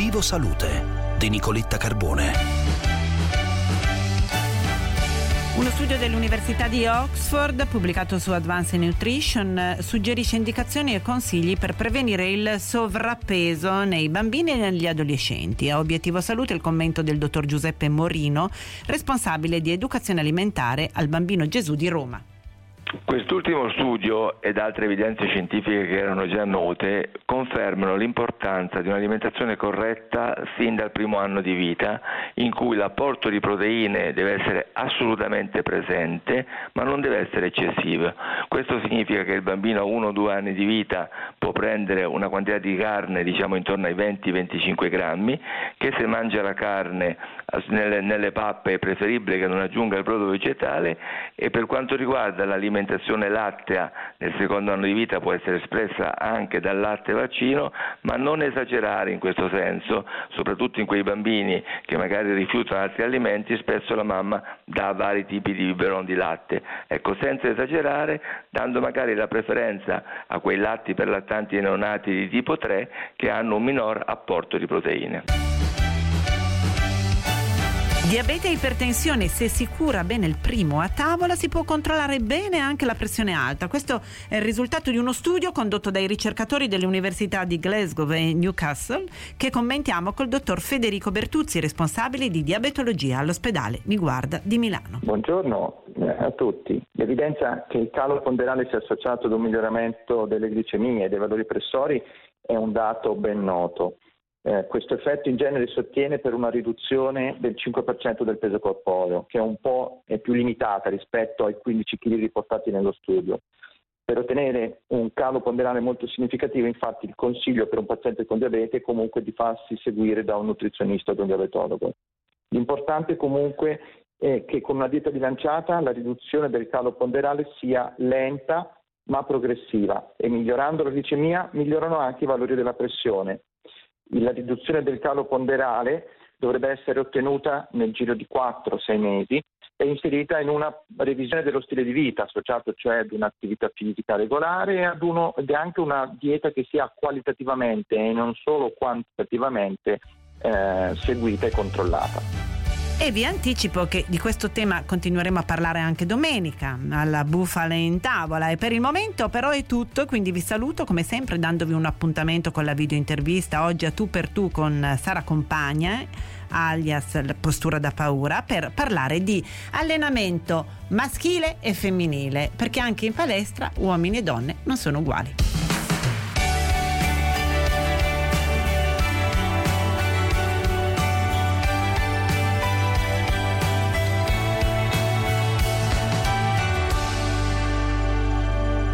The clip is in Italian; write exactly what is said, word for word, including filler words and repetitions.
Obiettivo Salute di Nicoletta Carbone. Uno studio dell'Università di Oxford, pubblicato su Advanced Nutrition, suggerisce indicazioni e consigli per prevenire il sovrappeso nei bambini e negli adolescenti. A Obiettivo Salute il commento del dottor Giuseppe Morino, responsabile di educazione alimentare al Bambino Gesù di Roma. Quest'ultimo studio ed altre evidenze scientifiche che erano già note confermano l'importanza di un'alimentazione corretta sin dal primo anno di vita, in cui l'apporto di proteine deve essere assolutamente presente, ma non deve essere eccessivo. Questo significa che il bambino a uno o due anni di vita può prendere una quantità di carne, diciamo intorno ai venti venticinque grammi, che se mangia la carne nelle, nelle pappe è preferibile che non aggiunga il brodo vegetale, e per quanto riguarda l'alimentazione L'alimentazione lattea nel secondo anno di vita può essere espressa anche dal latte vaccino, ma non esagerare in questo senso, soprattutto in quei bambini che magari rifiutano altri alimenti. Spesso la mamma dà vari tipi di biberon di latte, ecco, senza esagerare, dando magari la preferenza a quei latti per lattanti neonati di tipo tre che hanno un minor apporto di proteine. Diabete e ipertensione, se si cura bene il primo a tavola si può controllare bene anche la pressione alta. Questo è il risultato di uno studio condotto dai ricercatori delle università di Glasgow e Newcastle, che commentiamo col dottor Federico Bertuzzi, responsabile di diabetologia all'ospedale Niguarda di Milano. Buongiorno a tutti. L'evidenza che il calo ponderale sia associato ad un miglioramento delle glicemie e dei valori pressori è un dato ben noto. Eh, questo effetto in genere si ottiene per una riduzione del cinque per cento del peso corporeo, che è un po' è più limitata rispetto ai quindici chili riportati nello studio. Per ottenere un calo ponderale molto significativo, infatti, il consiglio per un paziente con diabete è comunque di farsi seguire da un nutrizionista o da un diabetologo. L'importante comunque è che con una dieta bilanciata la riduzione del calo ponderale sia lenta ma progressiva, e migliorando la glicemia migliorano anche i valori della pressione. La riduzione del calo ponderale dovrebbe essere ottenuta nel giro di quattro sei mesi e inserita in una revisione dello stile di vita, associato cioè ad un'attività fisica regolare e ad uno, ed anche una dieta che sia qualitativamente e non solo quantitativamente eh, seguita e controllata. E vi anticipo che di questo tema continueremo a parlare anche domenica alla Bufala in Tavola, e per il momento però è tutto, quindi vi saluto come sempre dandovi un appuntamento con la video intervista oggi a tu per tu con Sara Compagna, alias la postura da paura, per parlare di allenamento maschile e femminile, perché anche in palestra uomini e donne non sono uguali.